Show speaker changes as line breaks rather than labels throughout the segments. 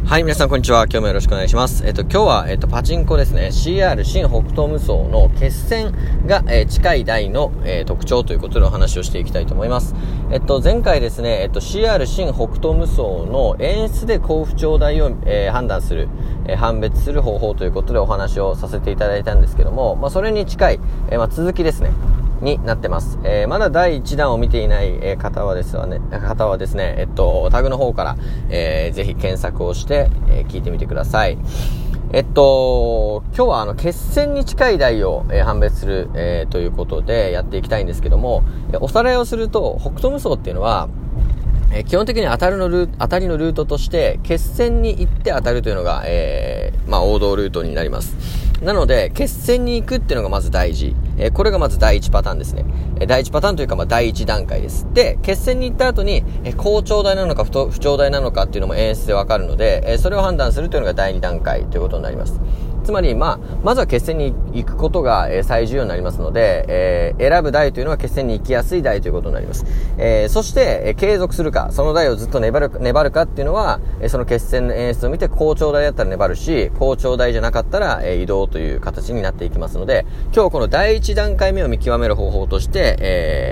はい、皆さんこんにちは。今日もよろしくお願いします。今日は、パチンコですね。CR 新北東無双の決戦が、近い台の、特徴ということでお話をしていきたいと思います。前回ですね、CR 新北東無双の演出で好不調台を、判断する、判別する方法ということでお話をさせていただいたんですけども、それに近い、続きですね。になってます。まだ第1弾を見ていない、方はですね、タグの方から、ぜひ検索をして、聞いてみてください。今日は決戦に近い台を、判別する、ということでやっていきたいんですけども、おさらいをすると、北斗無双っていうのは、基本的に当たりのルートとして決戦に行って当たるというのが、王道ルートになります。なので決戦に行くっていうのがまず大事、これがまず第1パターンですね。第1パターンというか第1段階です。で決戦に行った後に好調台なのか不調台なのかっていうのも演出でわかるので、それを判断するというのが第2段階ということになります。つまり、まずは決戦に行くことが、最重要になりますので、選ぶ台というのは決戦に行きやすい台ということになります。そして、継続するか、その台をずっと粘るかっていうのは、その決戦の演出を見て好調台だったら粘るし、好調台じゃなかったら、移動という形になっていきますので、今日この第1段階目を見極める方法として、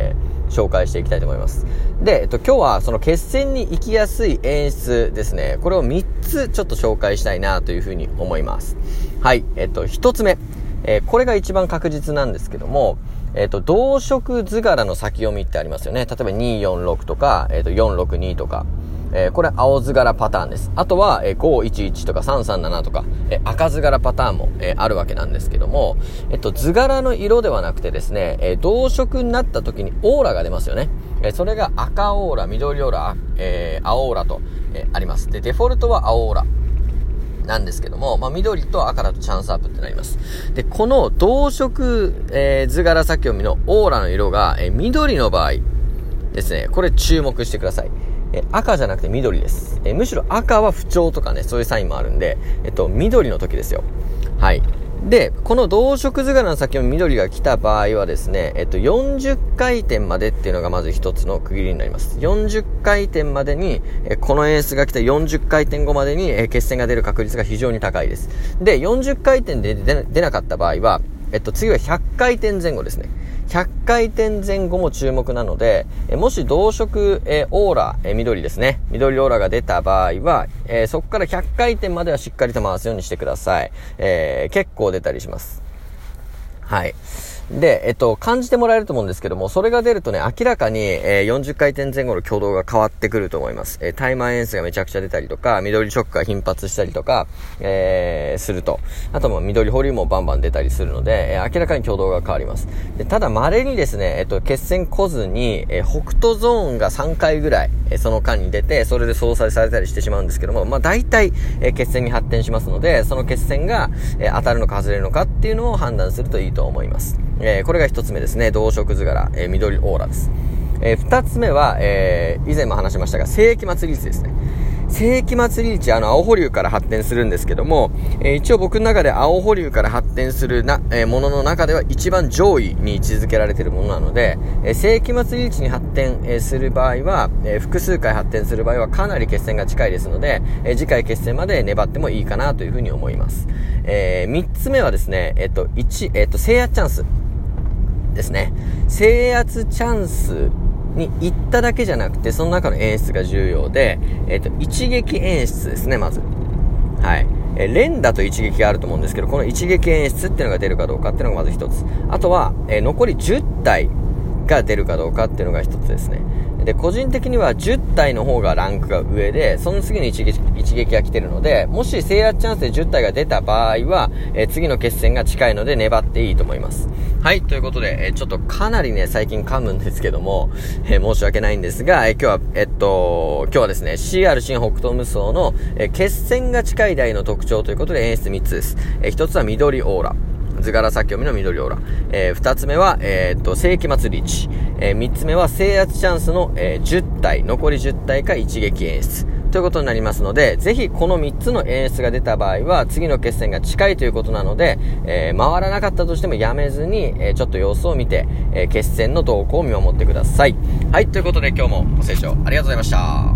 紹介していきたいと思います。で、今日はその決戦に行きやすい演出ですね。これを3つちょっと紹介したいなというふうに思います。はい。1つ目。これが一番確実なんですけども、同色図柄の先読みってありますよね。例えば246とか、462とか。これ青図柄パターンです。あとは、511とか337とか、赤図柄パターンも、あるわけなんですけども、図柄の色ではなくてですね、同色になった時にオーラが出ますよね。それが赤オーラ、緑オーラ、青オーラと、あります。で、デフォルトは青オーラなんですけども、緑と赤だとチャンスアップってなります。で、この同色、図柄先読みのオーラの色が、緑の場合ですね、これ注目してください。赤じゃなくて緑です。むしろ赤は不調とかね、そういうサインもあるんで、緑の時ですよ。はい。で、この同色図柄の先に緑が来た場合はですね、40回転までっていうのがまず一つの区切りになります。40回転までに、この演出が来た40回転後までに、決戦が出る確率が非常に高いです。で、40回転で出なかった場合は、次は100回転前後ですね。100回転前後も注目なので、もし同色、オーラ、緑ですね。緑オーラが出た場合は、そこから100回転まではしっかりと回すようにしてください。結構出たりします。はい。で、感じてもらえると思うんですけども、それが出るとね、明らかに、40回転前後の挙動が変わってくると思います。タイマー演出がめちゃくちゃ出たりとか、緑ショックが頻発したりとか、すると。あとも緑保留もバンバン出たりするので、明らかに挙動が変わります。で、ただ稀にですね、決戦来ずに、北斗ゾーンが3回ぐらい、その間に出て、それで相殺されたりしてしまうんですけども、大体、決戦に発展しますので、その決戦が、当たるのか外れるのかっていうのを判断するといいと思います。これが一つ目ですね。同色図柄、緑オーラです。二つ目は、以前も話しましたが、世紀末リーチですね。世紀末リーチ、青保留から発展するんですけども、一応僕の中で青保留から発展するものの中では一番上位に位置づけられているものなので、世紀末リーチに発展、する場合は、複数回発展する場合はかなり決戦が近いですので、次回決戦まで粘ってもいいかなというふうに思います。三つ目はですね、制圧チャンスですね。制圧チャンスに行っただけじゃなくて、その中の演出が重要で、一撃演出ですね、まず。はい。連打と一撃があると思うんですけど、この一撃演出っていうのが出るかどうかっていうのがまず一つ。あとは、残り10体が出るかどうかっていうのが一つですね。で、個人的には10体の方がランクが上で、その次に一撃が来てるので、もし制圧チャンスで10体が出た場合は、次の決戦が近いので粘っていいと思います。はい、ということで、ちょっとかなりね、最近噛むんですけども、申し訳ないんですが、今日はですね、CR 新北東無双の、決戦が近い台の特徴ということで演出3つです。1つは緑オーラ。図柄先読みの緑オーラ。2つ目は、世紀末リーチ。3つ目は制圧チャンスの、10体、残り10体か一撃演出。ということになりますので、ぜひこの3つの演出が出た場合は、次の決戦が近いということなので、回らなかったとしてもやめずに、ちょっと様子を見て、決戦の動向を見守ってください。はい、ということで今日もご清聴ありがとうございました。